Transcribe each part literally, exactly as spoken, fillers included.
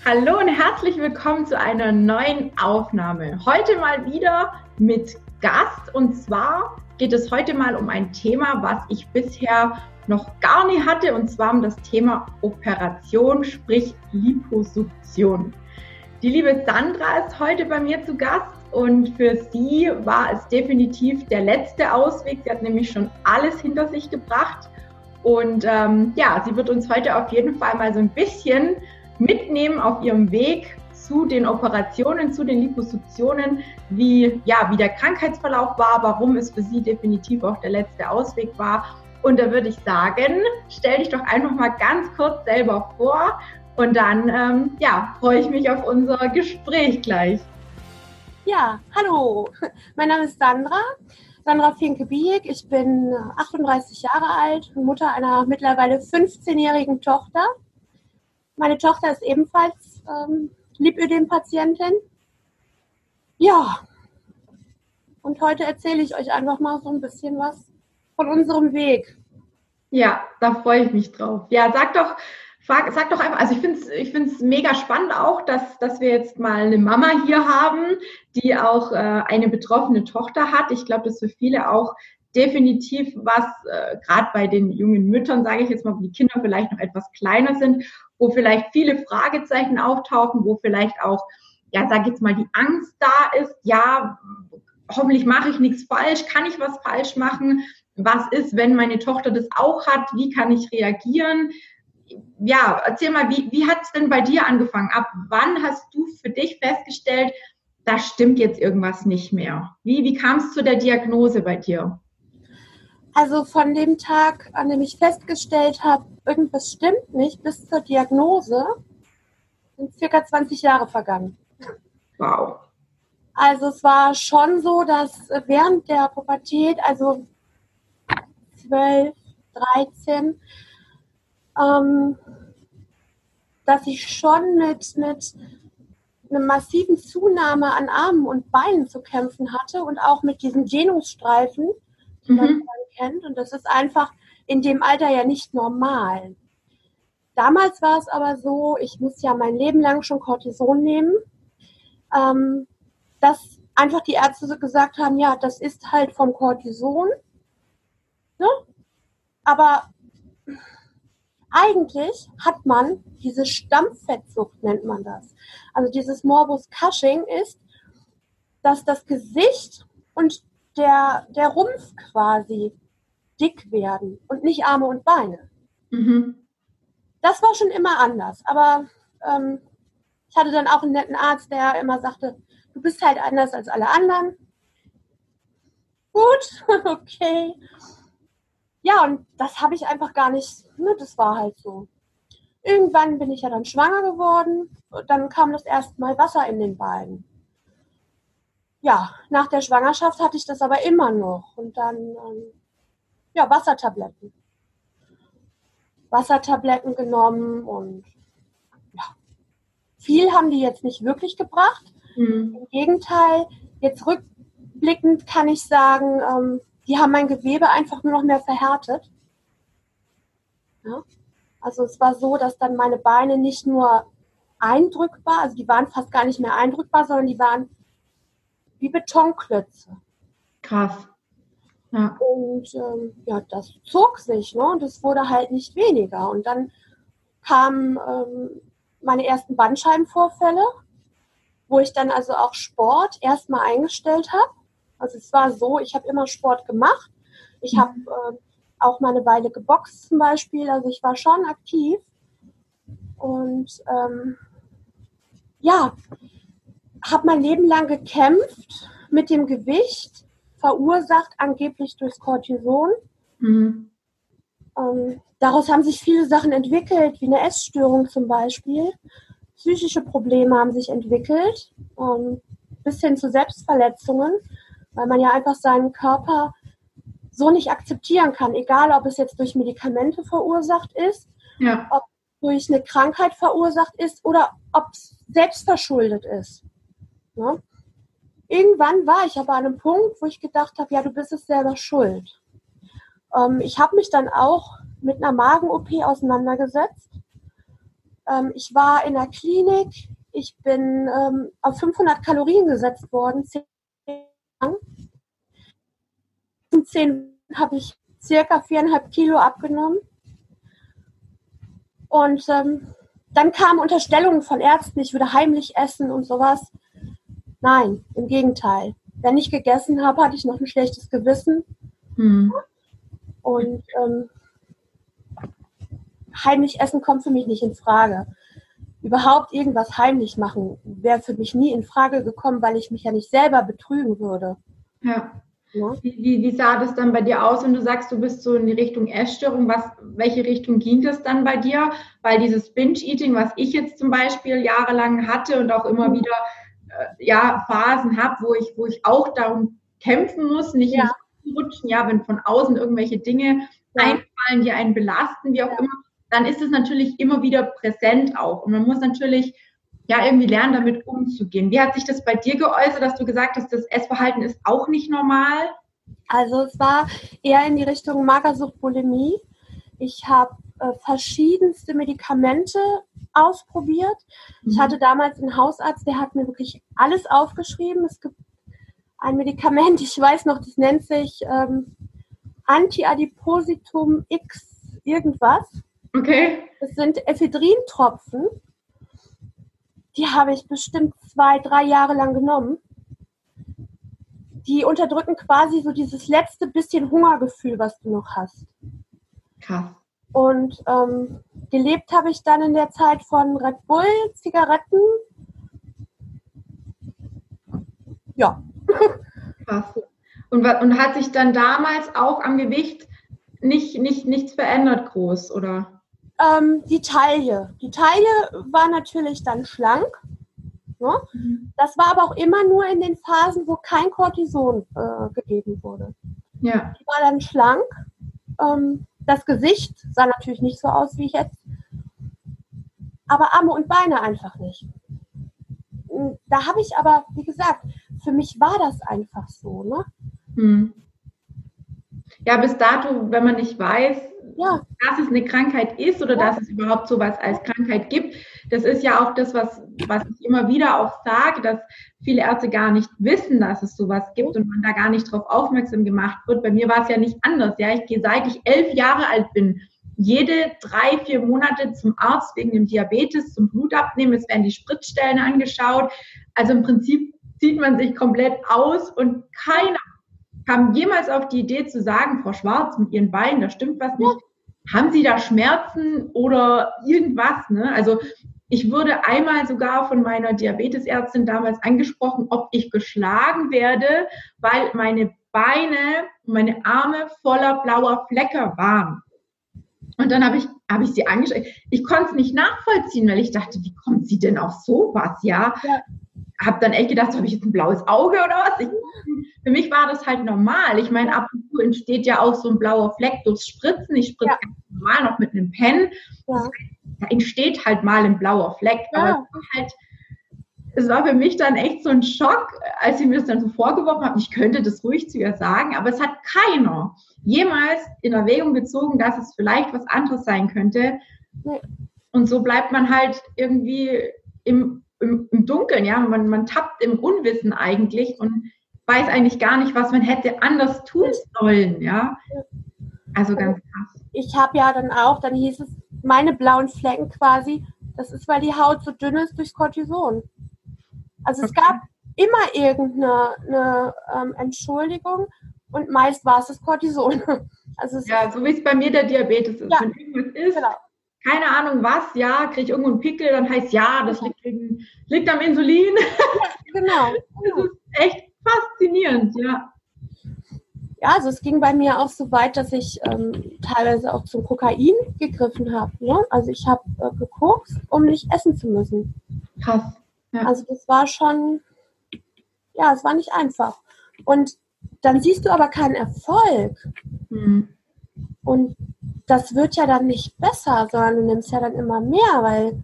Hallo und herzlich willkommen zu einer neuen Aufnahme. Heute mal wieder mit Gast, und zwar geht es heute mal um ein Thema, was ich bisher noch gar nie hatte, und zwar um das Thema Operation, sprich Liposuktion. Die liebe Sandra ist heute bei mir zu Gast und für sie war es definitiv der letzte Ausweg. Sie hat nämlich schon alles hinter sich gebracht und ähm, ja, sie wird uns heute auf jeden Fall mal so ein bisschen mitnehmen auf ihrem Weg zu den Operationen, zu den Liposuktionen, wie, ja, wie der Krankheitsverlauf war, warum es für sie definitiv auch der letzte Ausweg war. Und da würde ich sagen, stell dich doch einfach mal ganz kurz selber vor und dann ähm, ja, freue ich mich auf unser Gespräch gleich. Ja, hallo, mein Name ist Sandra, Sandra Finke-Bieg. Ich bin achtunddreißig Jahre alt, Mutter einer mittlerweile fünfzehnjährigen Tochter. Meine Tochter ist ebenfalls ähm, Lipödem-Patientin. Ja, und heute erzähle ich euch einfach mal so ein bisschen was von unserem Weg. Ja, da freue ich mich drauf. Ja, sag doch, frag, sag doch einfach, also ich finde es ich find's mega spannend auch, dass, dass wir jetzt mal eine Mama hier haben, die auch äh, eine betroffene Tochter hat. Ich glaube, das ist für viele auch definitiv was, äh, gerade bei den jungen Müttern, sage ich jetzt mal, wo die Kinder vielleicht noch etwas kleiner sind, wo vielleicht viele Fragezeichen auftauchen, wo vielleicht auch, ja, sage ich jetzt mal, die Angst da ist, ja, hoffentlich mache ich nichts falsch, kann ich was falsch machen? Was ist, wenn meine Tochter das auch hat? Wie kann ich reagieren? Ja, erzähl mal, wie, wie hat es denn bei dir angefangen? Ab wann hast du für dich festgestellt, da stimmt jetzt irgendwas nicht mehr? Wie, wie kam es zu der Diagnose bei dir? Also von dem Tag, an dem ich festgestellt habe, irgendwas stimmt nicht, bis zur Diagnose sind circa zwanzig Jahre vergangen. Wow. Also es war schon so, dass während der Pubertät, also zwölf, dreizehn, ähm, dass ich schon mit, mit einer massiven Zunahme an Armen und Beinen zu kämpfen hatte und auch mit diesen Genusstreifen, die mhm. man kennt. Und das ist einfach in dem Alter ja nicht normal. Damals war es aber so, ich muss ja mein Leben lang schon Cortison nehmen, ähm, dass einfach die Ärzte so gesagt haben, ja, das ist halt vom Cortison. Ne? Aber eigentlich hat man diese Stammfettsucht, nennt man das. Also dieses Morbus Cushing ist, dass das Gesicht und der, der Rumpf quasi dick werden und nicht Arme und Beine. Mhm. Das war schon immer anders. Aber ähm, ich hatte dann auch einen netten Arzt, der immer sagte, du bist halt anders als alle anderen. Gut, okay. Ja, und das habe ich einfach gar nicht, ne, das war halt so. Irgendwann bin ich ja dann schwanger geworden und dann kam das erste Mal Wasser in den Beinen. Ja, nach der Schwangerschaft hatte ich das aber immer noch und dann, ähm, ja, Wassertabletten. Wassertabletten genommen und ja, viel haben die jetzt nicht wirklich gebracht. Mhm. Im Gegenteil, jetzt rückblickend kann ich sagen, ähm, die haben mein Gewebe einfach nur noch mehr verhärtet. Ja? Also es war so, dass dann meine Beine nicht nur eindrückbar, also die waren fast gar nicht mehr eindrückbar, sondern die waren wie Betonklötze. Krass. Ja. Und ähm, ja, das zog sich, ne? Und es wurde halt nicht weniger. Und dann kamen ähm, meine ersten Bandscheibenvorfälle, wo ich dann also auch Sport erstmal eingestellt habe. Also es war so, ich habe immer Sport gemacht. Ich mhm. habe äh, auch mal eine Weile geboxt zum Beispiel. Also ich war schon aktiv. Und ähm, ja, habe mein Leben lang gekämpft mit dem Gewicht, verursacht angeblich durchs Cortison. Mhm. Ähm, daraus haben sich viele Sachen entwickelt, wie eine Essstörung zum Beispiel. Psychische Probleme haben sich entwickelt, ähm, bis hin zu Selbstverletzungen, weil man ja einfach seinen Körper so nicht akzeptieren kann, egal ob es jetzt durch Medikamente verursacht ist, ja. ob durch eine Krankheit verursacht ist oder ob es selbstverschuldet ist. Ja? Irgendwann war ich aber an einem Punkt, wo ich gedacht habe, ja, du bist es selber schuld. Ähm, ich habe mich dann auch mit einer Magen-O P auseinandergesetzt Ähm, ich war in der Klinik, ich bin ähm, auf fünfhundert Kalorien gesetzt worden, zehn lang. In zehn habe ich circa viereinhalb Kilo abgenommen. Und ähm, dann kamen Unterstellungen von Ärzten, ich würde heimlich essen und sowas. Nein, im Gegenteil. Wenn ich gegessen habe, hatte ich noch ein schlechtes Gewissen. Hm. Und ähm, heimlich essen kommt für mich nicht in Frage. Überhaupt irgendwas heimlich machen wäre für mich nie in Frage gekommen, weil ich mich ja nicht selber betrügen würde. Ja. Ja. Wie, wie, wie sah das dann bei dir aus, wenn du sagst, du bist so in die Richtung Essstörung? Was, welche Richtung ging das dann bei dir? Weil dieses Binge-Eating, was ich jetzt zum Beispiel jahrelang hatte und auch immer wieder äh, ja, Phasen habe, wo ich, wo ich auch darum kämpfen muss, nicht ja. in die rutschen, ja, wenn von außen irgendwelche Dinge ja. einfallen, die einen belasten, wie auch ja. immer, dann ist es natürlich immer wieder präsent auch. Und man muss natürlich ja irgendwie lernen, damit umzugehen. Wie hat sich das bei dir geäußert, dass du gesagt hast, das Essverhalten ist auch nicht normal? Also es war eher in die Richtung Magersucht, Bulimie. Ich habe äh, verschiedenste Medikamente ausprobiert. Mhm. Ich hatte damals einen Hausarzt, der hat mir wirklich alles aufgeschrieben. Es gibt ein Medikament, ich weiß noch, das nennt sich ähm, Antiadipositum X irgendwas. Okay. Das sind Ephedrintropfen. Die habe ich bestimmt zwei, drei Jahre lang genommen. Die unterdrücken quasi so dieses letzte bisschen Hungergefühl, was du noch hast. Krass. Und ähm, gelebt habe ich dann in der Zeit von Red Bull, Zigaretten. Ja. Krass. Und, und hat sich dann damals auch am Gewicht nicht, nicht, nichts verändert groß, oder? Ähm, die Taille. Die Taille war natürlich dann schlank. Ne? Mhm. Das war aber auch immer nur in den Phasen, wo kein Cortison äh, gegeben wurde. Ja. Die war dann schlank. Ähm, das Gesicht sah natürlich nicht so aus wie jetzt. Aber Arme und Beine einfach nicht. Da habe ich aber, wie gesagt, für mich war das einfach so. Ne? Mhm. Ja, bis dato, wenn man nicht weiß, ja. dass es eine Krankheit ist oder ja. dass es überhaupt sowas als Krankheit gibt. Das ist ja auch das, was, was ich immer wieder auch sage, dass viele Ärzte gar nicht wissen, dass es sowas gibt und man da gar nicht drauf aufmerksam gemacht wird. Bei mir war es ja nicht anders. Ja, ich gehe, seit ich elf Jahre alt bin, jede drei, vier Monate zum Arzt wegen dem Diabetes, zum Blutabnehmen. Es werden die Spritzstellen angeschaut. Also im Prinzip zieht man sich komplett aus und keiner kam jemals auf die Idee zu sagen, Frau Schwarz, mit Ihren Beinen, da stimmt was nicht. Haben Sie da Schmerzen oder irgendwas? Ne? Also ich wurde einmal sogar von meiner Diabetesärztin damals angesprochen, ob ich geschlagen werde, weil meine Beine und meine Arme voller blauer Flecke waren. Und dann habe ich, habe ich sie angeschaut. Ich konnte es nicht nachvollziehen, weil ich dachte, wie kommt sie denn auf sowas? Ja, ja. Habe dann echt gedacht, habe ich jetzt ein blaues Auge oder was? Ich, für mich war das halt normal. Ich meine, ab und zu entsteht ja auch so ein blauer Fleck durchs Spritzen. Ich spritze ja. ganz normal noch mit einem Pen. Ja. Da entsteht halt mal ein blauer Fleck. Ja. Aber es war, halt, es war für mich dann echt so ein Schock, als sie mir das dann so vorgeworfen hat. Ich könnte das ruhig zu ihr sagen, aber es hat keiner jemals in Erwägung gezogen, dass es vielleicht was anderes sein könnte. Ja. Und so bleibt man halt irgendwie im Im, im Dunkeln, ja, man, man tappt im Unwissen eigentlich und weiß eigentlich gar nicht, was man hätte anders tun sollen, ja. Also ganz krass. Ich habe ja dann auch, dann hieß es, meine blauen Flecken quasi, das ist, weil die Haut so dünn ist durchs Cortison. Also es okay. gab immer irgendeine eine, ähm, Entschuldigung und meist war es das Cortison. Also es ja, so wie es bei mir der Diabetes ist. Ja, wenn irgendwas ist, genau. keine Ahnung was, ja, kriege ich irgendwo einen Pickel, dann heißt ja, das liegt, wegen, liegt am Insulin. Ja, genau. Das ist echt faszinierend, ja. Ja, also es ging bei mir auch so weit, dass ich ähm, teilweise auch zum Kokain gegriffen habe. Ne? Also ich habe äh, gekokst, um nicht essen zu müssen. Krass. Ja. Also das war schon, ja, es war nicht einfach. Und dann siehst du aber keinen Erfolg. Hm. Und das wird ja dann nicht besser, sondern du nimmst ja dann immer mehr, weil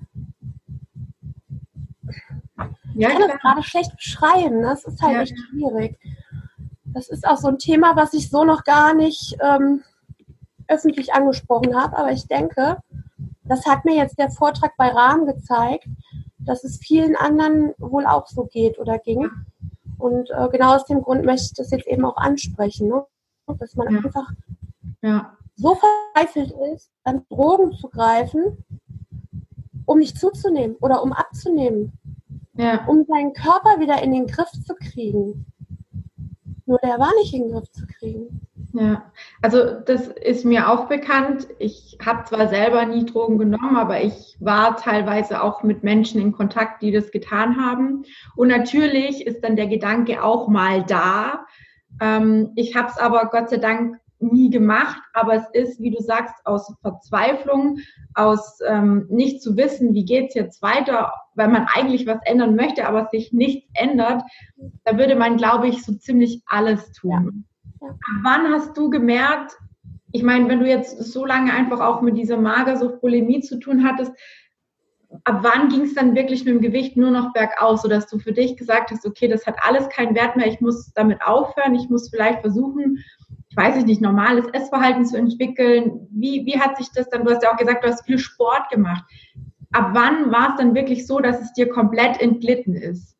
ja, ich kann das gerade schlecht beschreiben. Das ist halt ja. echt schwierig. Das ist auch so ein Thema, was ich so noch gar nicht ähm, öffentlich angesprochen habe, aber ich denke, das hat mir jetzt der Vortrag bei Rahm gezeigt, dass es vielen anderen wohl auch so geht oder ging. Und äh, genau aus dem Grund möchte ich das jetzt eben auch ansprechen, ne? Dass man Ja. einfach Ja. so verzweifelt ist, an Drogen zu greifen, um nicht zuzunehmen oder um abzunehmen, Ja. um seinen Körper wieder in den Griff zu kriegen. Nur der war nicht in den Griff zu kriegen. Ja, also das ist mir auch bekannt. Ich habe zwar selber nie Drogen genommen, aber ich war teilweise auch mit Menschen in Kontakt, die das getan haben. Und natürlich ist dann der Gedanke auch mal da. Ähm, ich habe es aber Gott sei Dank nie gemacht, aber es ist, wie du sagst, aus Verzweiflung, aus ähm, nicht zu wissen, wie geht's jetzt weiter, weil man eigentlich was ändern möchte, aber sich nichts ändert, da würde man, glaube ich, so ziemlich alles tun. Ja. Ja. Wann hast du gemerkt, ich meine, wenn du jetzt so lange einfach auch mit dieser Magersucht, Bulimie zu tun hattest, ab wann ging es dann wirklich mit dem Gewicht nur noch bergaus, sodass du für dich gesagt hast, okay, das hat alles keinen Wert mehr, ich muss damit aufhören, ich muss vielleicht versuchen, ich weiß nicht, normales Essverhalten zu entwickeln. Wie, wie hat sich das dann, du hast ja auch gesagt, du hast viel Sport gemacht. Ab wann war es dann wirklich so, dass es dir komplett entglitten ist?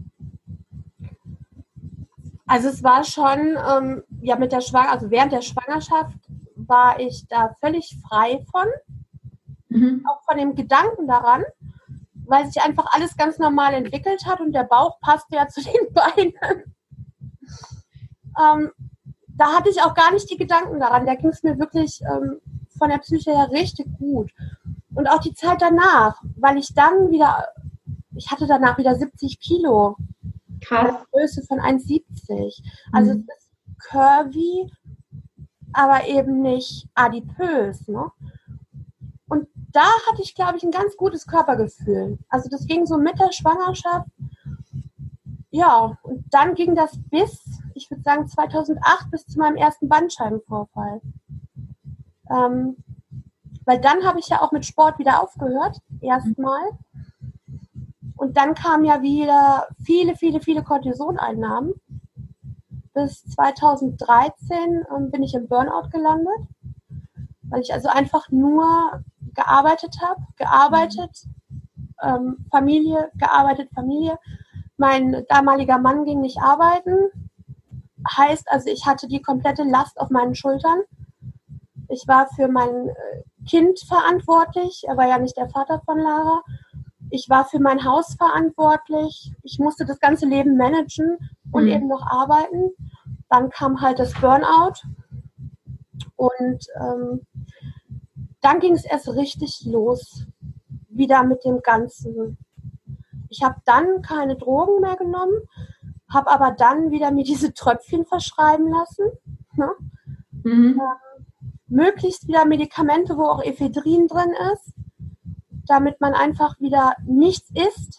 Also es war schon, ähm, ja mit der Schwangerschaft, also während der Schwangerschaft war ich da völlig frei von, mhm. auch von dem Gedanken daran, weil sich einfach alles ganz normal entwickelt hat und der Bauch passte ja zu den Beinen. ähm, da hatte ich auch gar nicht die Gedanken daran, da ging es mir wirklich ähm, von der Psyche her richtig gut. Und auch die Zeit danach, weil ich dann wieder, ich hatte danach wieder siebzig Kilo. Krass. Eine Größe von eins Komma siebzig. Also mhm. es ist curvy, aber eben nicht adipös. Ne? Und da hatte ich, glaube ich, ein ganz gutes Körpergefühl. Also das ging so mit der Schwangerschaft. Ja, und dann ging das bis, ich würde sagen, zweitausendacht bis zu meinem ersten Bandscheibenvorfall. Ähm, weil dann habe ich ja auch mit Sport wieder aufgehört, erstmal. Und dann kamen ja wieder viele, viele, viele Cortisoneinnahmen. Bis zweitausenddreizehn ähm, bin ich im Burnout gelandet, weil ich also einfach nur gearbeitet habe, gearbeitet, ähm, Familie, gearbeitet, Familie. Mein damaliger Mann ging nicht arbeiten. Heißt also, ich hatte die komplette Last auf meinen Schultern. Ich war für mein Kind verantwortlich. Er war ja nicht der Vater von Lara. Ich war für mein Haus verantwortlich. Ich musste das ganze Leben managen und mhm. eben noch arbeiten. Dann kam halt das Burnout. Und ähm, dann ging es erst richtig los. Wieder mit dem Ganzen. Ich habe dann keine Drogen mehr genommen, habe aber dann wieder mir diese Tröpfchen verschreiben lassen. Ne? Mhm. Ähm, möglichst wieder Medikamente, wo auch Ephedrin drin ist, damit man einfach wieder nichts isst.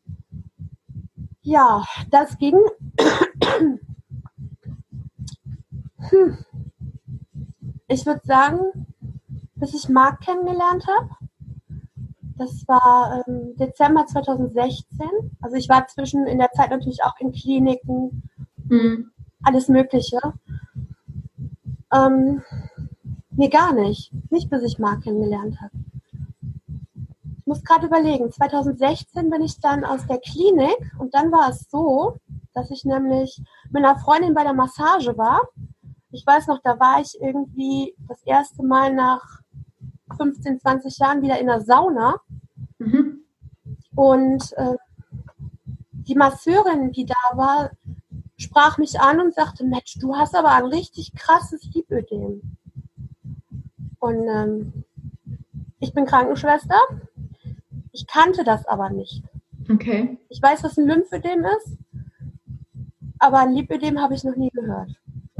Ja, das ging. hm. Ich würde sagen, bis ich Marc kennengelernt habe. Das war ähm, Dezember zweitausendsechzehn. Also ich war zwischen in der Zeit natürlich auch in Kliniken, mhm. alles Mögliche. Ähm, nee, gar nicht. Nicht, bis ich Marc kennengelernt habe. Ich muss gerade überlegen, zweitausendsechzehn bin ich dann aus der Klinik und dann war es so, dass ich nämlich mit einer Freundin bei der Massage war. Ich weiß noch, da war ich irgendwie das erste Mal nach fünfzehn, zwanzig Jahren wieder in der Sauna. Mhm. Und äh, die Masseurin, die da war, sprach mich an und sagte, Mensch, du hast aber ein richtig krasses Lipödem. Und ähm, ich bin Krankenschwester. Ich kannte das aber nicht. Okay. Ich weiß, was ein Lymphödem ist, aber ein Lipödem habe ich noch nie gehört.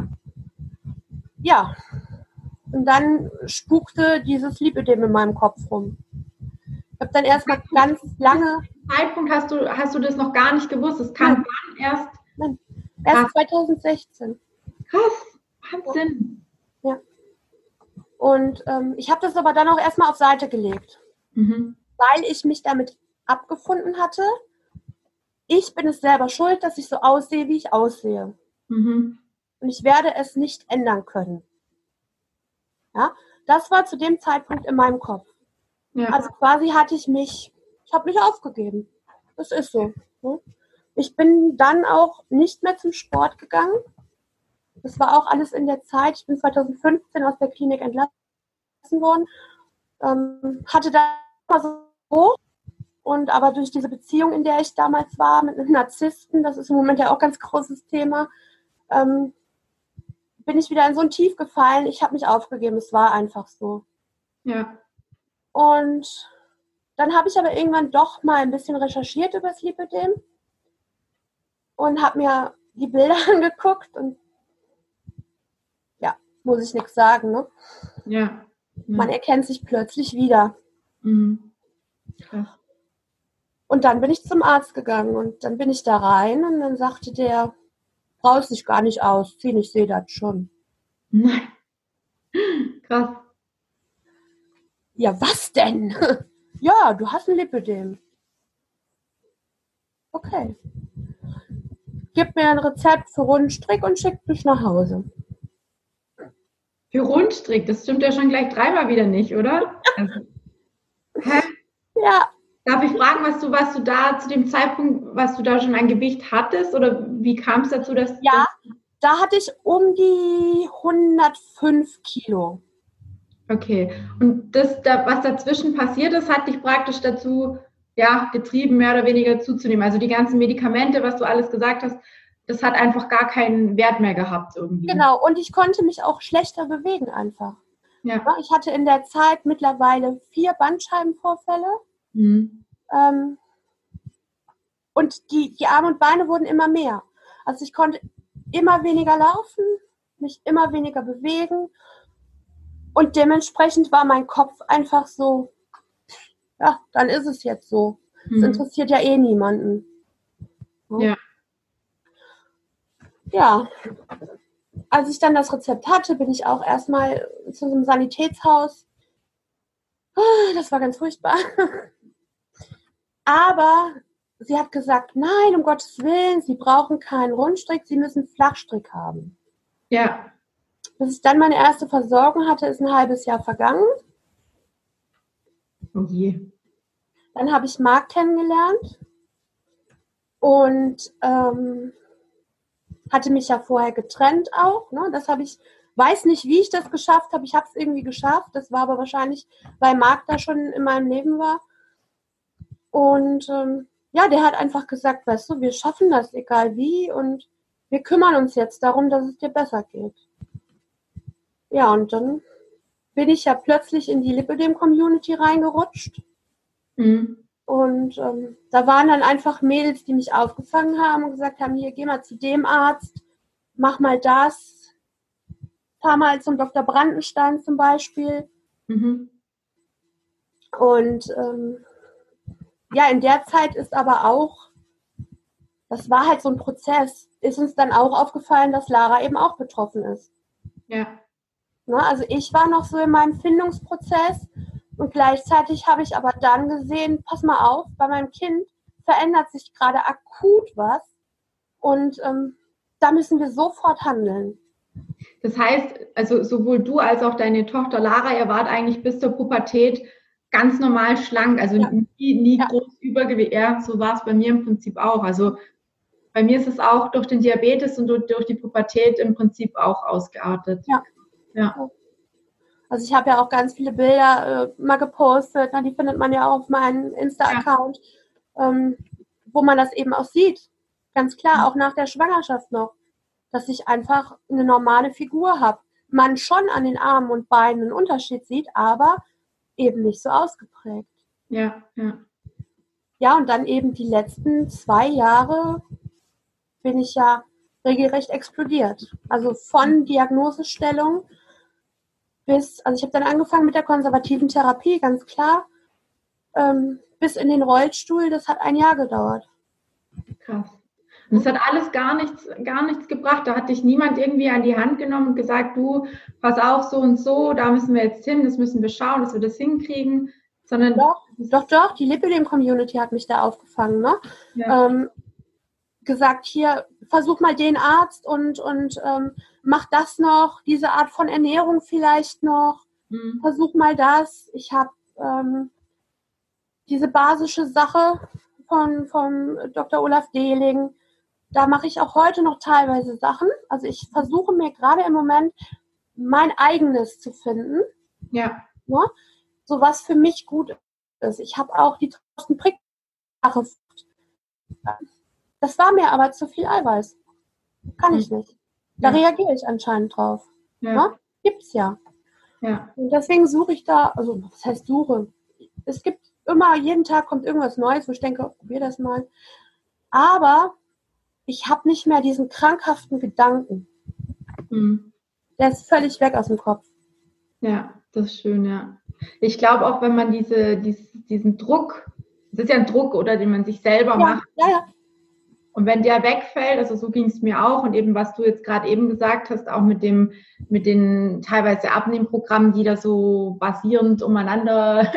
Ja, und dann spukte dieses Lipödem in meinem Kopf rum. Ich habe dann erstmal ganz lange... Zeitpunkt hast du, hast du das noch gar nicht gewusst? Es kam dann erst... Nein, erst zweitausendsechzehn. Krass, Wahnsinn. Ja. ja. Und ähm, ich habe das aber dann auch erstmal auf Seite gelegt. Mhm. Weil ich mich damit abgefunden hatte, ich bin es selber schuld, dass ich so aussehe, wie ich aussehe. Mhm. Und ich werde es nicht ändern können. Ja, das war zu dem Zeitpunkt in meinem Kopf. Ja. Also quasi hatte ich mich, ich habe mich aufgegeben. Das ist so. Ne? Ich bin dann auch nicht mehr zum Sport gegangen. Das war auch alles in der Zeit. Ich bin zwanzig fünfzehn aus der Klinik entlassen worden. Ähm, hatte da immer so und aber durch diese Beziehung, in der ich damals war, mit einem Narzissten, das ist im Moment ja auch ein ganz großes Thema, ähm, bin ich wieder in so ein Tief gefallen. Ich habe mich aufgegeben. Es war einfach so. Ja. Und dann habe ich aber irgendwann doch mal ein bisschen recherchiert über das Lipödem und habe mir die Bilder angeguckt und ja, muss ich nichts sagen, ne? Ja. Ja. Man erkennt sich plötzlich wieder. Mhm. Krass. Und dann bin ich zum Arzt gegangen und dann bin ich da rein und dann sagte der, brauchst dich gar nicht ausziehen, ich sehe das schon. Nein. Krass. Ja, was denn? Ja, du hast ein Lipödem. Okay. Gib mir ein Rezept für Rundstrick und schick mich nach Hause. Für Rundstrick, das stimmt ja schon gleich dreimal wieder nicht, oder? Also, hä? Ja. Darf ich fragen, was du, was du da zu dem Zeitpunkt, was du da schon an Gewicht hattest? Oder wie kam es dazu, dass... Ja, dass da hatte ich um die hundertfünf Kilo. Okay. Und das, da, was dazwischen passiert ist, hat dich praktisch dazu ja, getrieben, mehr oder weniger zuzunehmen. Also die ganzen Medikamente, was du alles gesagt hast, das hat einfach gar keinen Wert mehr gehabt irgendwie. Genau, und ich konnte mich auch schlechter bewegen einfach. Ja. Ich hatte in der Zeit mittlerweile vier Bandscheibenvorfälle. Mhm. Ähm, und die, die Arme und Beine wurden immer mehr. Also ich konnte immer weniger laufen, mich immer weniger bewegen. Und dementsprechend war mein Kopf einfach so, ja, dann ist es jetzt so. Das Mhm. interessiert ja eh niemanden. So. Ja. Ja, als ich dann das Rezept hatte, bin ich auch erstmal zu so einem Sanitätshaus. Das war ganz furchtbar. Aber sie hat gesagt, nein, um Gottes Willen, Sie brauchen keinen Rundstrick, Sie müssen Flachstrick haben. Ja. Bis ich dann meine erste Versorgung hatte, ist ein halbes Jahr vergangen. Oh je. Dann habe ich Marc kennengelernt und ähm, hatte mich ja vorher getrennt auch. Ne? Das habe ich, weiß nicht, wie ich das geschafft habe. Ich habe es irgendwie geschafft. Das war aber wahrscheinlich, weil Marc da schon in meinem Leben war. Und ähm, ja, der hat einfach gesagt, weißt du, wir schaffen das, egal wie. Und wir kümmern uns jetzt darum, dass es dir besser geht. Ja, und dann bin ich ja plötzlich in die Lipödem-Community reingerutscht. Mhm. Und ähm, da waren dann einfach Mädels, die mich aufgefangen haben und gesagt haben, hier, geh mal zu dem Arzt, mach mal das, fahr mal zum Doktor Brandenstein zum Beispiel. Mhm. Und ähm, ja, in der Zeit ist aber auch, das war halt so ein Prozess, ist uns dann auch aufgefallen, dass Lara eben auch betroffen ist. Ja. Ne, also ich war noch so in meinem Findungsprozess und gleichzeitig habe ich aber dann gesehen, pass mal auf, bei meinem Kind verändert sich gerade akut was und ähm, da müssen wir sofort handeln. Das heißt, also sowohl du als auch deine Tochter Lara, ihr wart eigentlich bis zur Pubertät ganz normal schlank, also Ja. nie, nie Ja. groß Übergewicht. Ja, so war es bei mir im Prinzip auch. Also bei mir ist es auch durch den Diabetes und durch, durch die Pubertät im Prinzip auch ausgeartet. Ja. Ja. Also ich habe ja auch ganz viele Bilder äh, mal gepostet, na, die findet man ja auch auf meinem Insta-Account, ja. ähm, wo man das eben auch sieht. Ganz klar, auch nach der Schwangerschaft noch, dass ich einfach eine normale Figur habe. Man schon an den Armen und Beinen einen Unterschied sieht, aber eben nicht so ausgeprägt. Ja, ja. Ja, und dann eben die letzten zwei Jahre bin ich ja regelrecht explodiert. Also von Diagnosestellung bis, also ich habe dann angefangen mit der konservativen Therapie, ganz klar, ähm, bis in den Rollstuhl, das hat ein Jahr gedauert. Krass. Und es hat alles gar nichts, gar nichts gebracht. Da hat dich niemand irgendwie an die Hand genommen und gesagt, du, pass auf, so und so, da müssen wir jetzt hin, das müssen wir schauen, dass wir das hinkriegen. Sondern doch, doch, doch, die Lipödem-Community hat mich da aufgefangen, ne? Ja. Ähm, gesagt, hier, versuch mal den Arzt und, und ähm, mach das noch, diese Art von Ernährung vielleicht noch, mhm. versuch mal das. Ich habe ähm, diese basische Sache von, von Doktor Olaf Dehling, da mache ich auch heute noch teilweise Sachen. Also ich versuche mir gerade im Moment mein eigenes zu finden. Ja. Ne? So was für mich gut ist. Ich habe auch die Thorsten Prick Sache. Das war mir aber zu viel Eiweiß. Kann ich nicht. Da ja. reagiere ich anscheinend drauf. Ja. Ne? Gibt's ja. Ja. Und deswegen suche ich da, also was heißt suche? Es gibt immer, jeden Tag kommt irgendwas Neues, wo ich denke, probier das mal. Aber ich habe nicht mehr diesen krankhaften Gedanken. Mhm. Der ist völlig weg aus dem Kopf. Ja, das ist schön, ja. Ich glaube auch, wenn man diese, dies, diesen Druck, das ist ja ein Druck, oder, den man sich selber ja, macht. Ja, ja. Und wenn der wegfällt, also so ging es mir auch, und eben was du jetzt gerade eben gesagt hast, auch mit dem, mit den teilweise Abnehmprogrammen, die da so basierend umeinander,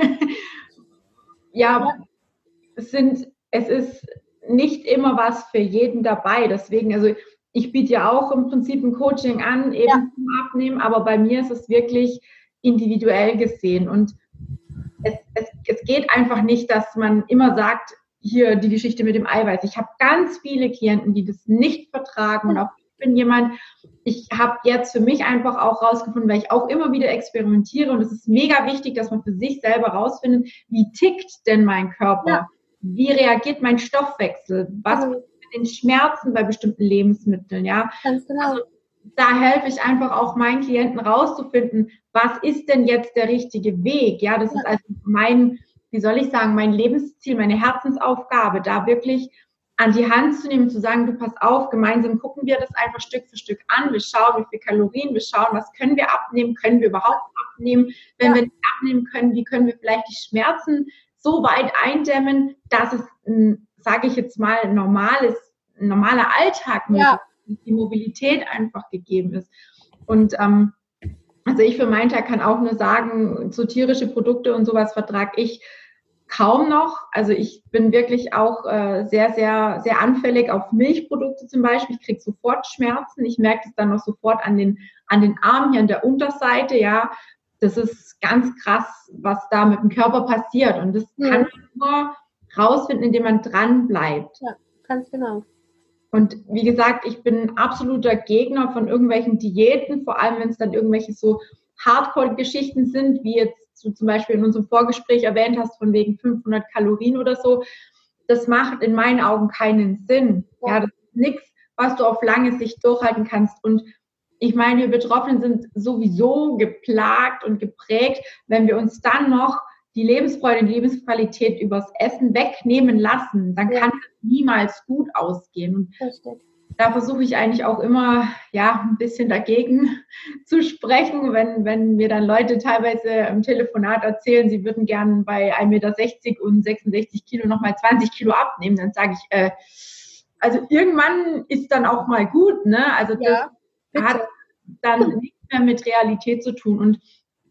ja, ja, es sind, es ist nicht immer was für jeden dabei. Deswegen, also ich biete ja auch im Prinzip ein Coaching an, eben ja. zum Abnehmen, aber bei mir ist es wirklich individuell gesehen. Und es, es, es geht einfach nicht, dass man immer sagt, hier die Geschichte mit dem Eiweiß. Ich habe ganz viele Klienten, die das nicht vertragen. Und auch ich bin jemand, ich habe jetzt für mich einfach auch rausgefunden, weil ich auch immer wieder experimentiere, und es ist mega wichtig, dass man für sich selber rausfindet, wie tickt denn mein Körper? Ja. Wie reagiert mein Stoffwechsel? Was mhm. mit den Schmerzen bei bestimmten Lebensmitteln? Ja, ganz genau. Also, da helfe ich einfach auch meinen Klienten rauszufinden, was ist denn jetzt der richtige Weg? Ja, das ja. ist also mein, wie soll ich sagen, mein Lebensziel, meine Herzensaufgabe, da wirklich an die Hand zu nehmen, zu sagen, du pass auf, gemeinsam gucken wir das einfach Stück für Stück an. Wir schauen, wie viel Kalorien, wir schauen, was können wir abnehmen, können wir überhaupt abnehmen? Wenn ja. wir nicht abnehmen können, wie können wir vielleicht die Schmerzen so weit eindämmen, dass es, sage ich jetzt mal, ein normales, ein normaler Alltag mit ja. die Mobilität einfach gegeben ist. Und ähm, also ich für meinen Tag kann auch nur sagen, so tierische Produkte und sowas vertrage ich kaum noch. Also ich bin wirklich auch äh, sehr, sehr, sehr anfällig auf Milchprodukte zum Beispiel. Ich kriege sofort Schmerzen. Ich merke das dann noch sofort an den, an den Armen hier an der Unterseite, ja. Das ist ganz krass, was da mit dem Körper passiert. Und das ja. kann man nur rausfinden, indem man dran bleibt. Ja, ganz genau. Und wie gesagt, ich bin ein absoluter Gegner von irgendwelchen Diäten, vor allem wenn es dann irgendwelche so Hardcore-Geschichten sind, wie jetzt du zum Beispiel in unserem Vorgespräch erwähnt hast, von wegen fünfhundert Kalorien oder so. Das macht in meinen Augen keinen Sinn. Ja, ja das ist nichts, was du auf lange Sicht durchhalten kannst. Und ich meine, wir Betroffenen sind sowieso geplagt und geprägt, wenn wir uns dann noch die Lebensfreude und die Lebensqualität übers Essen wegnehmen lassen, dann ja. kann es niemals gut ausgehen. Und Richtig. Da versuche ich eigentlich auch immer, ja, ein bisschen dagegen zu sprechen, wenn, wenn mir dann Leute teilweise im Telefonat erzählen, sie würden gern bei ein Meter sechzig und sechsundsechzig Kilo nochmal zwanzig Kilo abnehmen, dann sage ich, äh, also irgendwann ist dann auch mal gut, ne? Also ja, das hat dann nichts mehr mit Realität zu tun. Und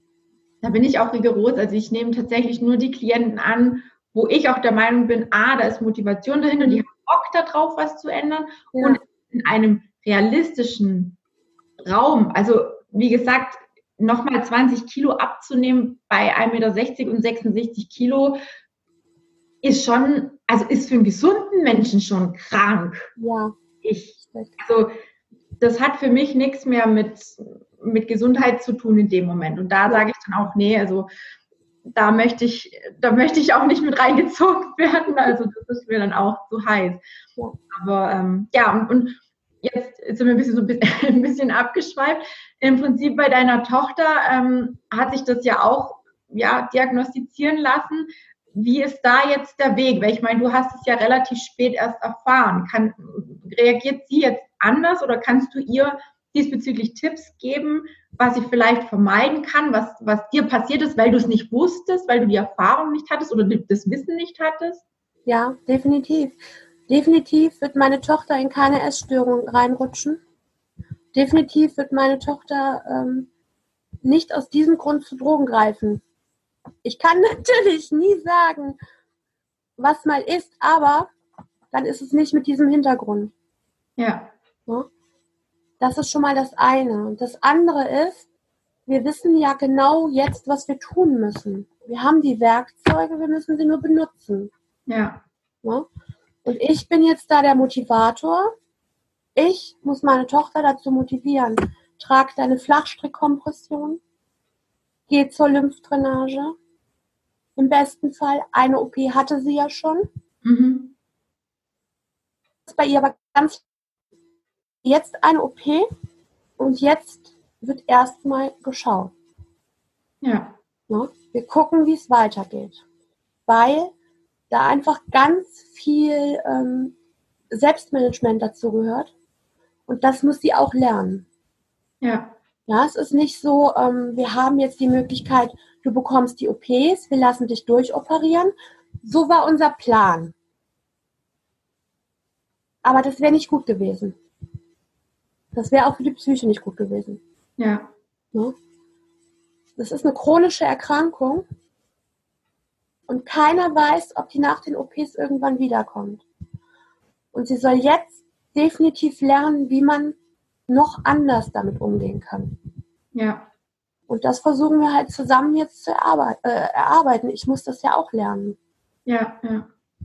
da bin ich auch rigoros. Also ich nehme tatsächlich nur die Klienten an, wo ich auch der Meinung bin, ah, da ist Motivation dahinter, die haben Bock darauf, was zu ändern ja. und in einem realistischen Raum. Also wie gesagt, nochmal zwanzig Kilo abzunehmen bei ein Meter sechzig und sechsundsechzig Kilo ist schon, also ist für einen gesunden Menschen schon krank. Ja. Ich, also das hat für mich nichts mehr mit, mit Gesundheit zu tun in dem Moment. Und da ja. sage ich dann auch, nee, also da möchte ich, da möchte ich auch nicht mit reingezogen werden. Also das ist mir dann auch zu heiß. Ja. Aber ähm, ja, und, und jetzt sind wir ein bisschen so ein bisschen, ein bisschen abgeschweift. Im Prinzip bei deiner Tochter ähm, hat sich das ja auch ja, diagnostizieren lassen. Wie ist da jetzt der Weg? Weil ich meine, du hast es ja relativ spät erst erfahren. Kann, reagiert sie jetzt anders oder kannst du ihr diesbezüglich Tipps geben, was sie vielleicht vermeiden kann, was, was dir passiert ist, weil du es nicht wusstest, weil du die Erfahrung nicht hattest oder das Wissen nicht hattest? Ja, definitiv. Definitiv wird meine Tochter in keine Essstörung reinrutschen. Definitiv wird meine Tochter ähm, nicht aus diesem Grund zu Drogen greifen. Ich kann natürlich nie sagen, was mal ist, aber dann ist es nicht mit diesem Hintergrund. Ja. Ja? Das ist schon mal das eine. Und das andere ist, wir wissen ja genau jetzt, was wir tun müssen. Wir haben die Werkzeuge, wir müssen sie nur benutzen. Ja. Ja? Und ich bin jetzt da der Motivator. Ich muss meine Tochter dazu motivieren. Trag deine Flachstrickkompression, geh zur Lymphdrainage. Im besten Fall, eine O P hatte sie ja schon. Mhm. Das ist bei ihr aber ganz jetzt eine O P und jetzt wird erstmal geschaut. Ja. Ja? Wir gucken, wie es weitergeht. Weil da einfach ganz viel ähm, Selbstmanagement dazu gehört. Und das muss sie auch lernen. Ja. Ja, es ist nicht so, ähm, wir haben jetzt die Möglichkeit, du bekommst die O Ps, wir lassen dich durchoperieren. So war unser Plan. Aber das wäre nicht gut gewesen. Das wäre auch für die Psyche nicht gut gewesen. Ja. Ne? Das ist eine chronische Erkrankung und keiner weiß, ob die nach den O Ps irgendwann wiederkommt. Und sie soll jetzt definitiv lernen, wie man noch anders damit umgehen kann. Ja. Und das versuchen wir halt zusammen jetzt zu erarbeiten. Äh, erarbeiten. Ich muss das ja auch lernen. Ja, ja.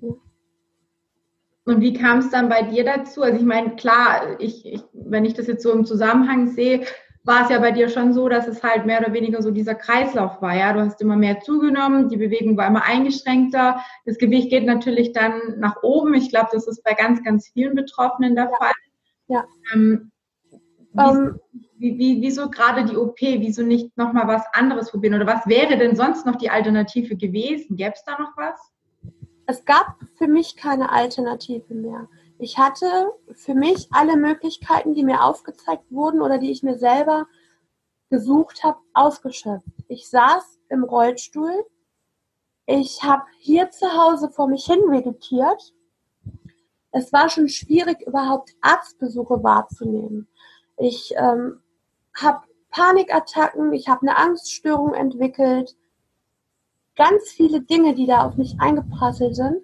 Und wie kam es dann bei dir dazu? Also ich meine, klar, ich, ich, wenn ich das jetzt so im Zusammenhang sehe, war es ja bei dir schon so, dass es halt mehr oder weniger so dieser Kreislauf war. Ja, du hast immer mehr zugenommen, die Bewegung war immer eingeschränkter, das Gewicht geht natürlich dann nach oben. Ich glaube, das ist bei ganz, ganz vielen Betroffenen der Ja. Fall. Ja. Ähm, Ähm, wie, wie, wieso gerade die O P? Wieso nicht nochmal was anderes probieren? Oder was wäre denn sonst noch die Alternative gewesen? Gäbe es da noch was? Es gab für mich keine Alternative mehr. Ich hatte für mich alle Möglichkeiten, die mir aufgezeigt wurden oder die ich mir selber gesucht habe, ausgeschöpft. Ich saß im Rollstuhl. Ich habe hier zu Hause vor mich hin vegetiert. Es war schon schwierig, überhaupt Arztbesuche wahrzunehmen. Ich ähm, habe Panikattacken, ich habe eine Angststörung entwickelt. Ganz viele Dinge, die da auf mich eingeprasselt sind.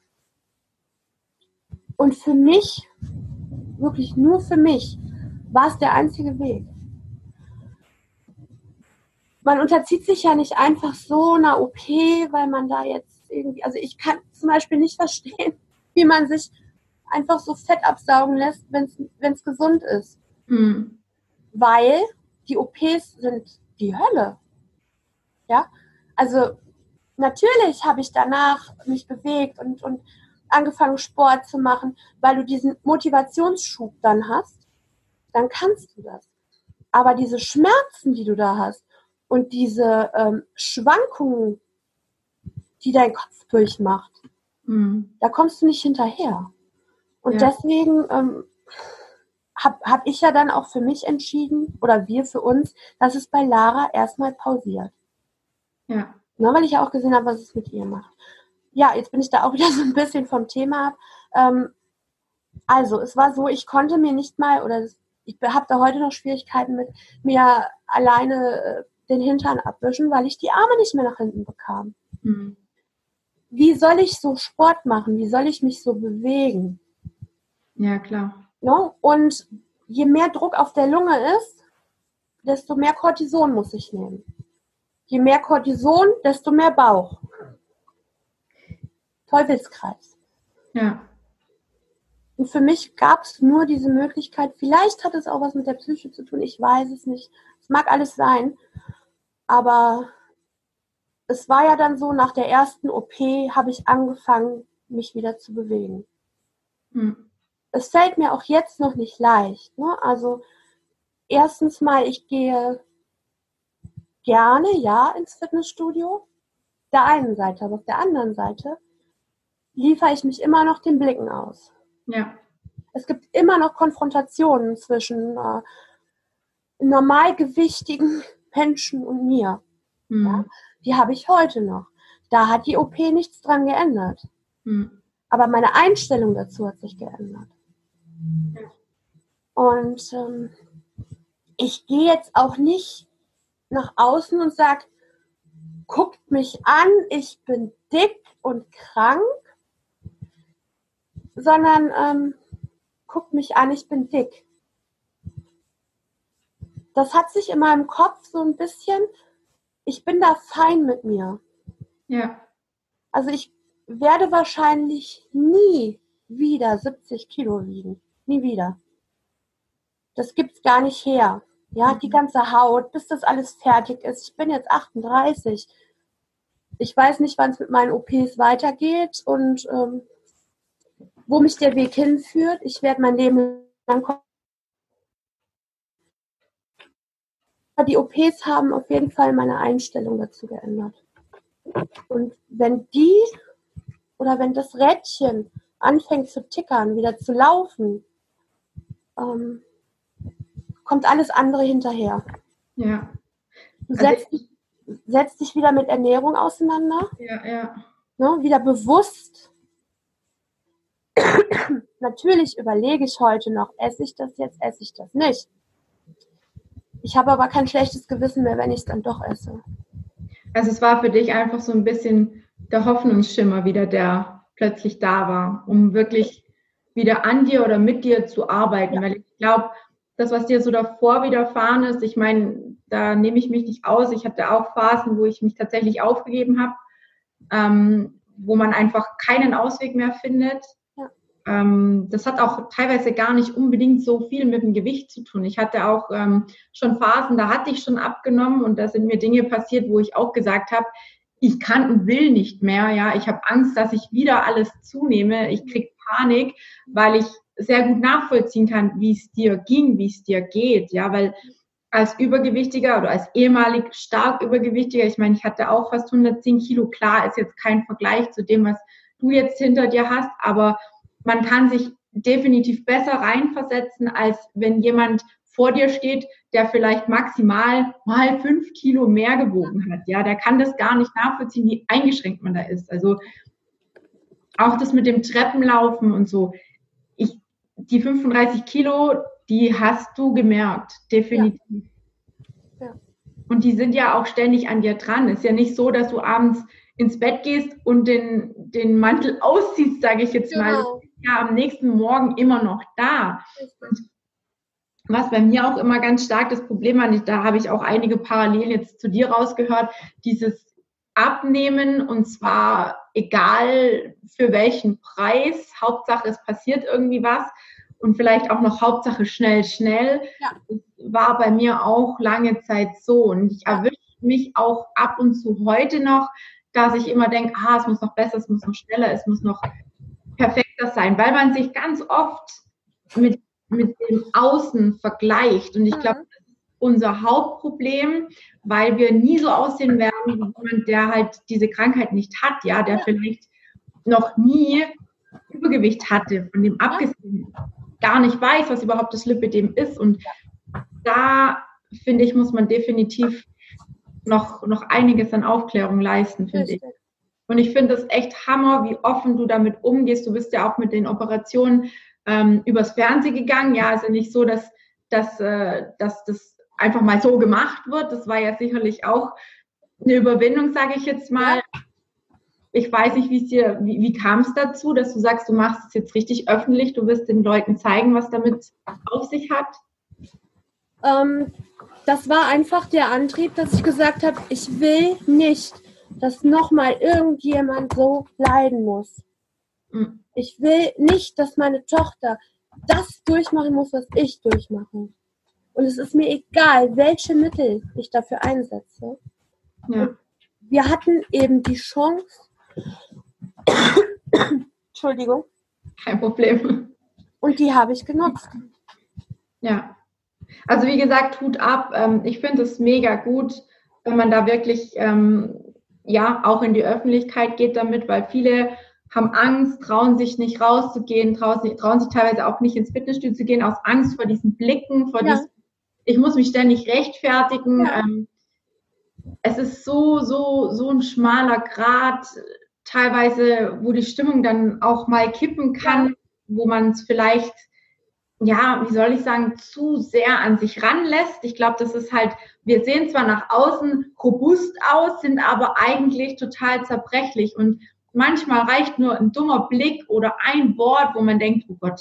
Und für mich, wirklich nur für mich, war es der einzige Weg. Man unterzieht sich ja nicht einfach so einer O P, weil man da jetzt irgendwie, also ich kann zum Beispiel nicht verstehen, wie man sich einfach so Fett absaugen lässt, wenn es gesund ist. Hm. Weil die O Ps sind die Hölle. Ja, also natürlich habe ich danach mich bewegt und, und angefangen Sport zu machen, weil du diesen Motivationsschub dann hast, dann kannst du das. Aber diese Schmerzen, die du da hast und diese ähm, Schwankungen, die dein Kopf durchmacht, hm. da kommst du nicht hinterher. Und Ja. deswegen ähm, habe hab ich ja dann auch für mich entschieden, oder wir für uns, dass es bei Lara erstmal pausiert. Ja. Ne, weil ich ja auch gesehen habe, was es mit ihr macht. Ja, jetzt bin ich da auch wieder so ein bisschen vom Thema ab. Ähm, also, es war so, ich konnte mir nicht mal, oder das, ich habe da heute noch Schwierigkeiten mit, mir alleine äh, den Hintern abwischen, weil ich die Arme nicht mehr nach hinten bekam. Hm. Wie soll ich so Sport machen? Wie soll ich mich so bewegen? Ja, klar. Ne? Und je mehr Druck auf der Lunge ist, desto mehr Cortison muss ich nehmen. Je mehr Cortison, desto mehr Bauch. Teufelskreis. Ja. Und für mich gab es nur diese Möglichkeit, vielleicht hat es auch was mit der Psyche zu tun, ich weiß es nicht. Es mag alles sein, aber es war ja dann so, nach der ersten O P habe ich angefangen, mich wieder zu bewegen. Hm. Es fällt mir auch jetzt noch nicht leicht. Ne? Also erstens mal, ich gehe gerne, ja, ins Fitnessstudio. Auf der einen Seite, aber auf der anderen Seite liefere ich mich immer noch den Blicken aus. Ja. Es gibt immer noch Konfrontationen zwischen äh, normalgewichtigen Menschen und mir. Hm. Ja? Die habe ich heute noch. Da hat die O P nichts dran geändert. Hm. Aber meine Einstellung dazu hat sich geändert. Ja. Und ähm, ich gehe jetzt auch nicht nach außen und sage, guckt mich an, ich bin dick und krank, sondern ähm, guckt mich an, ich bin dick. das hat sich in meinem Kopf so ein bisschen, ich bin da fein mit mir. Ja. Also ich werde wahrscheinlich nie wieder siebzig Kilo wiegen. Nie wieder. Das gibt's gar nicht her. Ja, die ganze Haut, bis das alles fertig ist. Ich bin jetzt achtunddreißig. Ich weiß nicht, wann es mit meinen O Ps weitergeht und ähm, wo mich der Weg hinführt. Ich werde mein Leben lang kommen. Die O Ps haben auf jeden Fall meine Einstellung dazu geändert. Und wenn die oder wenn das Rädchen anfängt zu tickern, wieder zu laufen, ähm, kommt alles andere hinterher. Ja. Du Also setzt, dich, setzt dich wieder mit Ernährung auseinander, Ja, ja. ne, wieder bewusst. Natürlich überlege ich heute noch, esse ich das jetzt, esse ich das nicht. Ich habe aber kein schlechtes Gewissen mehr, wenn ich es dann doch esse. Also es war für dich einfach so ein bisschen der Hoffnungsschimmer wieder, der plötzlich da war, um wirklich wieder an dir oder mit dir zu arbeiten. Ja. Weil ich glaube, das, was dir so davor widerfahren ist, ich meine, da nehme ich mich nicht aus. Ich hatte auch Phasen, wo ich mich tatsächlich aufgegeben habe, ähm, wo man einfach keinen Ausweg mehr findet. Ja. Ähm, das hat auch teilweise gar nicht unbedingt so viel mit dem Gewicht zu tun. Ich hatte auch ähm, schon Phasen, da hatte ich schon abgenommen und da sind mir Dinge passiert, wo ich auch gesagt habe, ich kann und will nicht mehr. Ja, ich habe Angst, dass ich wieder alles zunehme. Ich kriege Panik, weil ich sehr gut nachvollziehen kann, wie es dir ging, wie es dir geht. Ja, weil als Übergewichtiger oder als ehemalig stark Übergewichtiger, ich meine, ich hatte auch fast hundertzehn Kilo. Klar, ist jetzt kein Vergleich zu dem, was du jetzt hinter dir hast, aber man kann sich definitiv besser reinversetzen, als wenn jemand vor dir steht, der vielleicht maximal mal fünf Kilo mehr gewogen hat. Ja, der kann das gar nicht nachvollziehen, wie eingeschränkt man da ist. Also auch das mit dem Treppenlaufen und so. Ich, die fünfunddreißig Kilo, die hast du gemerkt, definitiv. Ja. Ja. Und die sind ja auch ständig an dir dran. Ist ja nicht so, dass du abends ins Bett gehst und den, den Mantel ausziehst, sage ich jetzt genau. mal. Das ist ja am nächsten Morgen immer noch da. Und was bei mir auch immer ganz stark das Problem war, da habe ich auch einige Parallelen jetzt zu dir rausgehört, dieses Abnehmen und zwar egal für welchen Preis, Hauptsache es passiert irgendwie was und vielleicht auch noch Hauptsache schnell, schnell. Ja. Das war bei mir auch lange Zeit so und ich erwische mich auch ab und zu heute noch, dass ich immer denke, ah, es muss noch besser, es muss noch schneller, es muss noch perfekter sein, weil man sich ganz oft mit mit dem Außen vergleicht. Und ich glaube, das ist unser Hauptproblem, weil wir nie so aussehen werden wie jemand, der halt diese Krankheit nicht hat, ja, der vielleicht noch nie Übergewicht hatte, von dem abgesehen gar nicht weiß, was überhaupt das Lipödem ist. Und da, finde ich, muss man definitiv noch, noch einiges an Aufklärung leisten, finde ich. Und ich finde es echt Hammer, wie offen du damit umgehst. Du bist ja auch mit den Operationen ähm, übers Fernsehen gegangen. Ja, also nicht so, dass, dass, äh, dass das einfach mal so gemacht wird. Das war ja sicherlich auch eine Überwindung, sage ich jetzt mal. Ja. Ich weiß nicht, wie es dir, wie, wie kam es dazu, dass du sagst, du machst es jetzt richtig öffentlich, du wirst den Leuten zeigen, was damit auf sich hat? Ähm, das war einfach der Antrieb, dass ich gesagt habe, ich will nicht, dass nochmal irgendjemand so leiden muss. Mhm. Ich will nicht, dass meine Tochter das durchmachen muss, was ich durchmache. Und es ist mir egal, welche Mittel ich dafür einsetze. Ja. Wir hatten eben die Chance, Entschuldigung. Kein Problem. Und die habe ich genutzt. Ja. Also wie gesagt, Hut ab. Ich finde es mega gut, wenn man da wirklich ähm, ja auch in die Öffentlichkeit geht damit, weil viele haben Angst, trauen sich nicht rauszugehen, trauen sich, trauen sich teilweise auch nicht ins Fitnessstudio zu gehen, aus Angst vor diesen Blicken, vor ja. diesem, ich muss mich ständig rechtfertigen. Ja. Ähm, es ist so, so, so ein schmaler Grat, teilweise, wo die Stimmung dann auch mal kippen kann, ja. wo man es vielleicht, ja, wie soll ich sagen, zu sehr an sich ranlässt. Ich glaube, das ist halt, wir sehen zwar nach außen robust aus, sind aber eigentlich total zerbrechlich und manchmal reicht nur ein dummer Blick oder ein Wort, wo man denkt, oh Gott,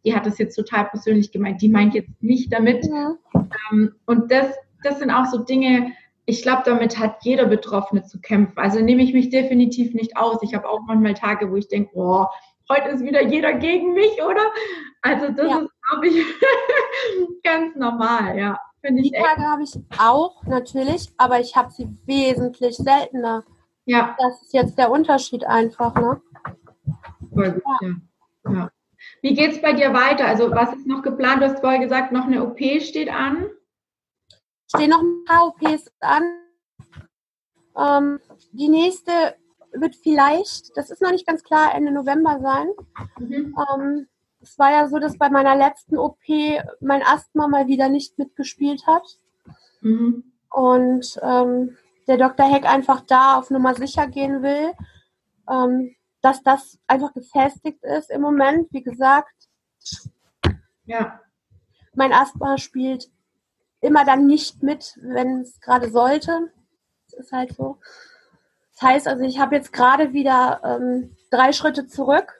die hat das jetzt total persönlich gemeint, die meint jetzt nicht damit. Ja. Ähm, und das, das sind auch so Dinge, ich glaube, damit hat jeder Betroffene zu kämpfen. Also nehme ich mich definitiv nicht aus. Ich habe auch manchmal Tage, wo ich denke, oh, heute ist wieder jeder gegen mich, oder? Also das Ja. ist, glaube ich, ganz normal, ja. Finde ich Die Tage habe ich auch, natürlich, aber ich habe sie wesentlich seltener. Ja. Das ist jetzt der Unterschied einfach, ne? Voll gut, ja. Ja. Ja. Wie geht es bei dir weiter? Also was ist noch geplant? Du hast vorher gesagt, noch eine O P steht an. Stehen noch ein paar O Ps an. Ähm, die nächste wird vielleicht, das ist noch nicht ganz klar, Ende November sein. Mhm. Ähm, es war ja so, dass bei meiner letzten O P mein Asthma mal wieder nicht mitgespielt hat. Mhm. Und ähm, der Doktor Heck einfach da auf Nummer sicher gehen will, ähm, dass das einfach gefestigt ist im Moment. Wie gesagt, Ja. mein Asthma spielt immer dann nicht mit, wenn es gerade sollte. Das ist halt so. Das heißt also, ich habe jetzt gerade wieder ähm, drei Schritte zurück.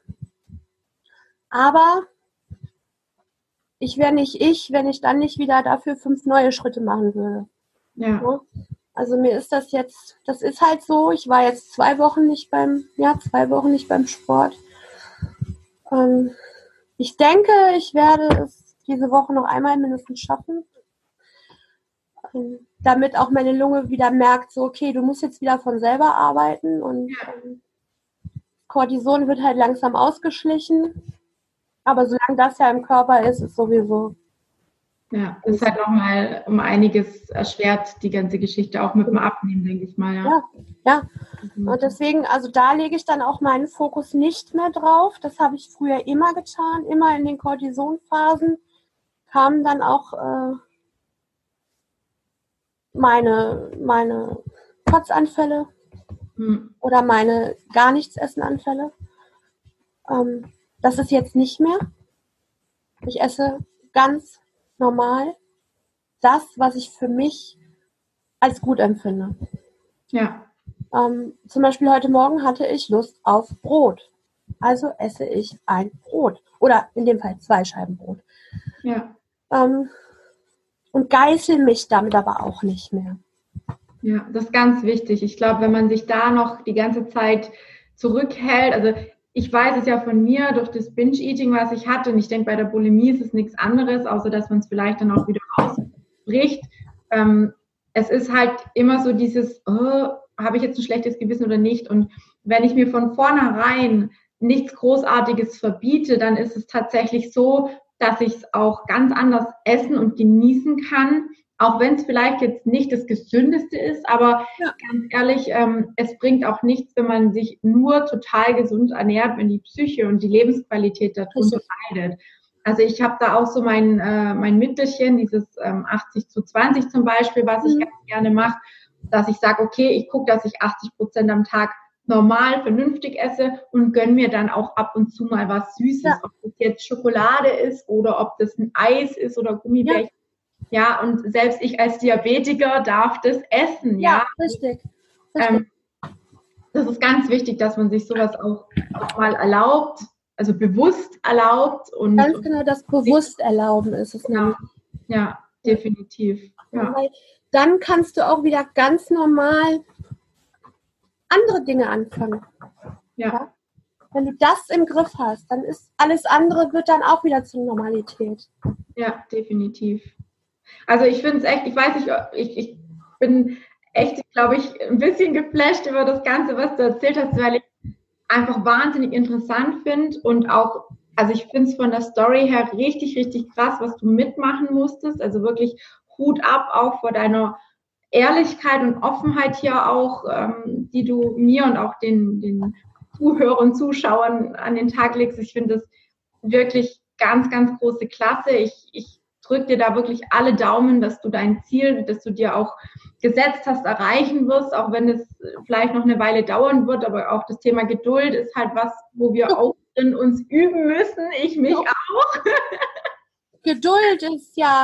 Aber ich wäre nicht ich, wenn ich dann nicht wieder dafür fünf neue Schritte machen würde. Ja. Also mir ist das jetzt, das ist halt so. Ich war jetzt zwei Wochen nicht beim, ja, zwei Wochen nicht beim Sport. Ähm, ich denke, ich werde es diese Woche noch einmal mindestens schaffen. Ähm, damit auch meine Lunge wieder merkt, so okay, du musst jetzt wieder von selber arbeiten und ähm, Cortison wird halt langsam ausgeschlichen. Aber solange das ja im Körper ist, ist sowieso. Ja, das hat nochmal um einiges erschwert, die ganze Geschichte, auch mit dem Abnehmen, denke ich mal. Ja, Ja, ja. Und deswegen, also da lege ich dann auch meinen Fokus nicht mehr drauf. Das habe ich früher immer getan, immer in den Cortisonphasen kamen dann auch äh, meine, meine Kotzanfälle hm. oder meine gar nichts essen Anfälle. Ähm, das ist jetzt nicht mehr. Ich esse ganz normal das, was ich für mich als gut empfinde. Ja. Ähm, zum Beispiel heute Morgen hatte ich Lust auf Brot. Also esse ich ein Brot. Oder in dem Fall zwei Scheiben Brot. Ja. Ähm, und geißel mich damit aber auch nicht mehr. Ja, das ist ganz wichtig. Ich glaube, wenn man sich da noch die ganze Zeit zurückhält, also ich weiß es ja von mir durch das Binge-Eating, was ich hatte, und ich denke, bei der Bulimie ist es nichts anderes, außer dass man es vielleicht dann auch wieder rausbricht. Ähm, es ist halt immer so dieses, oh, habe ich jetzt ein schlechtes Gewissen oder nicht? Und wenn ich mir von vornherein nichts Großartiges verbiete, dann ist es tatsächlich so, dass ich es auch ganz anders essen und genießen kann, auch wenn es vielleicht jetzt nicht das Gesündeste ist, aber Ja. ganz ehrlich, ähm, es bringt auch nichts, wenn man sich nur total gesund ernährt, wenn die Psyche und die Lebensqualität darunter leidet. Also ich habe da auch so mein, äh, mein Mittelchen, dieses ähm, achtzig zu zwanzig zum Beispiel, was ich Mhm. ganz gerne mache, dass ich sage, okay, ich gucke, dass ich achtzig Prozent am Tag normal, vernünftig esse und gönne mir dann auch ab und zu mal was Süßes, Ja. ob das jetzt Schokolade ist oder ob das ein Eis ist oder Gummibärchen. Ja, und selbst ich als Diabetiker darf das essen, ja. Ja, richtig. Ähm, richtig. das ist ganz wichtig, dass man sich sowas auch, auch mal erlaubt, also bewusst erlaubt. Und, Ganz genau, das bewusst erlauben ist es nämlich. Ja, ja, definitiv. Ja. Weil dann kannst du auch wieder ganz normal andere Dinge anfangen. Ja. Ja? Wenn du das im Griff hast, dann ist alles andere wird dann auch wieder zur Normalität. Ja, definitiv. Also ich finde es echt, ich weiß nicht, ich, ich bin echt, glaube ich, ein bisschen geflasht über das Ganze, was du erzählt hast, weil ich einfach wahnsinnig interessant finde und auch, also ich finde es von der Story her richtig, richtig krass, was du mitmachen musstest. Also wirklich Hut ab auch vor deiner Ehrlichkeit und Offenheit hier auch, ähm, die du mir und auch den, den Zuhörern, Zuschauern an den Tag legst. Ich finde das wirklich ganz, ganz große Klasse. Ich, ich drücke dir da wirklich alle Daumen, dass du dein Ziel, das du dir auch gesetzt hast, erreichen wirst, auch wenn es vielleicht noch eine Weile dauern wird, aber auch das Thema Geduld ist halt was, wo wir auch drin uns üben müssen, ich mich auch. Geduld ist ja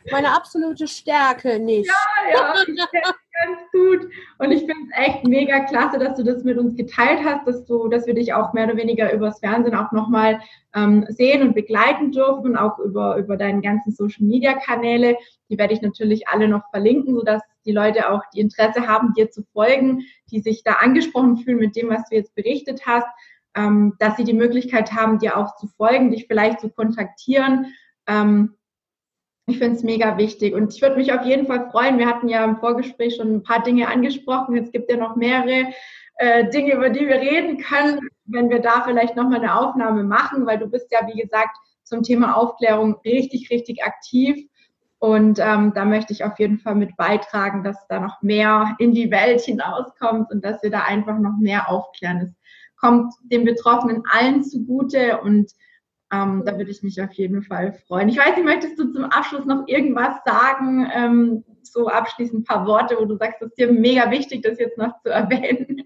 meine absolute Stärke nicht. Ja, ja, ich kenn's ganz gut. Und ich finde es echt mega klasse, dass du das mit uns geteilt hast, dass du, dass wir dich auch mehr oder weniger übers Fernsehen auch nochmal ähm, sehen und begleiten dürfen, auch über, über deinen ganzen Social-Media-Kanäle. Die werde ich natürlich alle noch verlinken, sodass die Leute auch die Interesse haben, dir zu folgen, die sich da angesprochen fühlen mit dem, was du jetzt berichtet hast, ähm, dass sie die Möglichkeit haben, dir auch zu folgen, dich vielleicht zu kontaktieren. Ähm, Ich finde es mega wichtig und ich würde mich auf jeden Fall freuen. Wir hatten ja im Vorgespräch schon ein paar Dinge angesprochen. Es gibt ja noch mehrere äh, Dinge, über die wir reden können, wenn wir da vielleicht nochmal eine Aufnahme machen, weil du bist ja, wie gesagt, zum Thema Aufklärung richtig, richtig aktiv. Und ähm, da möchte ich auf jeden Fall mit beitragen, dass da noch mehr in die Welt hinauskommt und dass wir da einfach noch mehr aufklären. Es kommt den Betroffenen allen zugute und Ähm, da würde ich mich auf jeden Fall freuen. Ich weiß nicht, möchtest du zum Abschluss noch irgendwas sagen? Ähm, so abschließend ein paar Worte, wo du sagst, es ist dir mega wichtig, das jetzt noch zu erwähnen.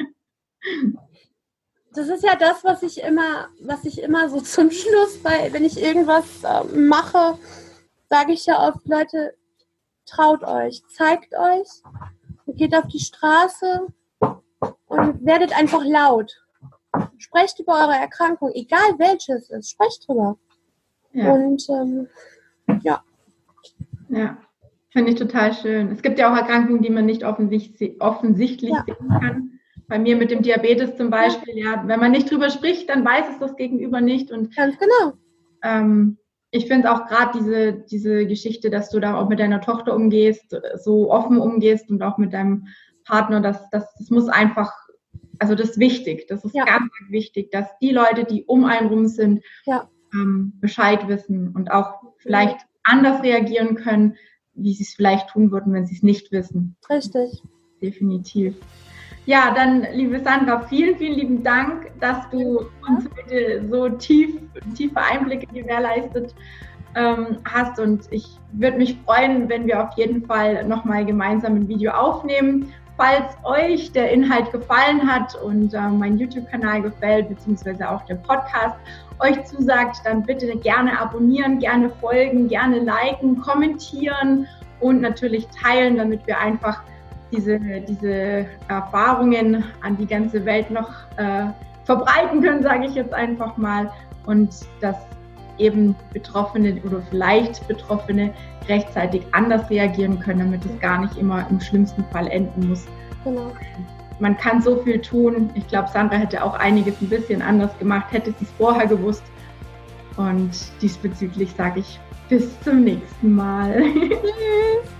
Das ist ja das, was ich immer, was ich immer so zum Schluss, bei, wenn ich irgendwas äh, mache, sage ich ja oft, Leute, traut euch, zeigt euch, geht auf die Straße und werdet einfach laut. Sprecht über eure Erkrankung, egal welche es ist, sprecht drüber. Ja. Und ähm, ja. Ja, finde ich total schön. Es gibt ja auch Erkrankungen, die man nicht offensichtlich, offensichtlich ja. sehen kann. Bei mir mit dem Diabetes zum Beispiel, ja. ja, wenn man nicht drüber spricht, dann weiß es das Gegenüber nicht. Und ganz genau. Ähm, ich finde auch gerade diese, diese Geschichte, dass du da auch mit deiner Tochter umgehst, so offen umgehst und auch mit deinem Partner, das, das, das muss einfach Also das ist wichtig, das ist ja. ganz wichtig, dass die Leute, die um einen rum sind, ja. ähm, Bescheid wissen und auch vielleicht ja. anders reagieren können, wie sie es vielleicht tun würden, wenn sie es nicht wissen. Richtig. Definitiv. Ja, dann, liebe Sandra, vielen, vielen lieben Dank, dass du uns heute so tief, tiefe Einblicke gewährleistet ähm, hast und ich würde mich freuen, wenn wir auf jeden Fall nochmal gemeinsam ein Video aufnehmen. Falls euch der Inhalt gefallen hat und äh, mein YouTube-Kanal gefällt, beziehungsweise auch der Podcast euch zusagt, dann bitte gerne abonnieren, gerne folgen, gerne liken, kommentieren und natürlich teilen, damit wir einfach diese, diese Erfahrungen an die ganze Welt noch äh, verbreiten können, sage ich jetzt einfach mal. Und dass eben Betroffene oder vielleicht Betroffene rechtzeitig anders reagieren können, damit es gar nicht immer im schlimmsten Fall enden muss. Genau. Man kann so viel tun. Ich glaube, Sandra hätte auch einiges ein bisschen anders gemacht, hätte sie es vorher gewusst. Und diesbezüglich sage ich bis zum nächsten Mal. Tschüss.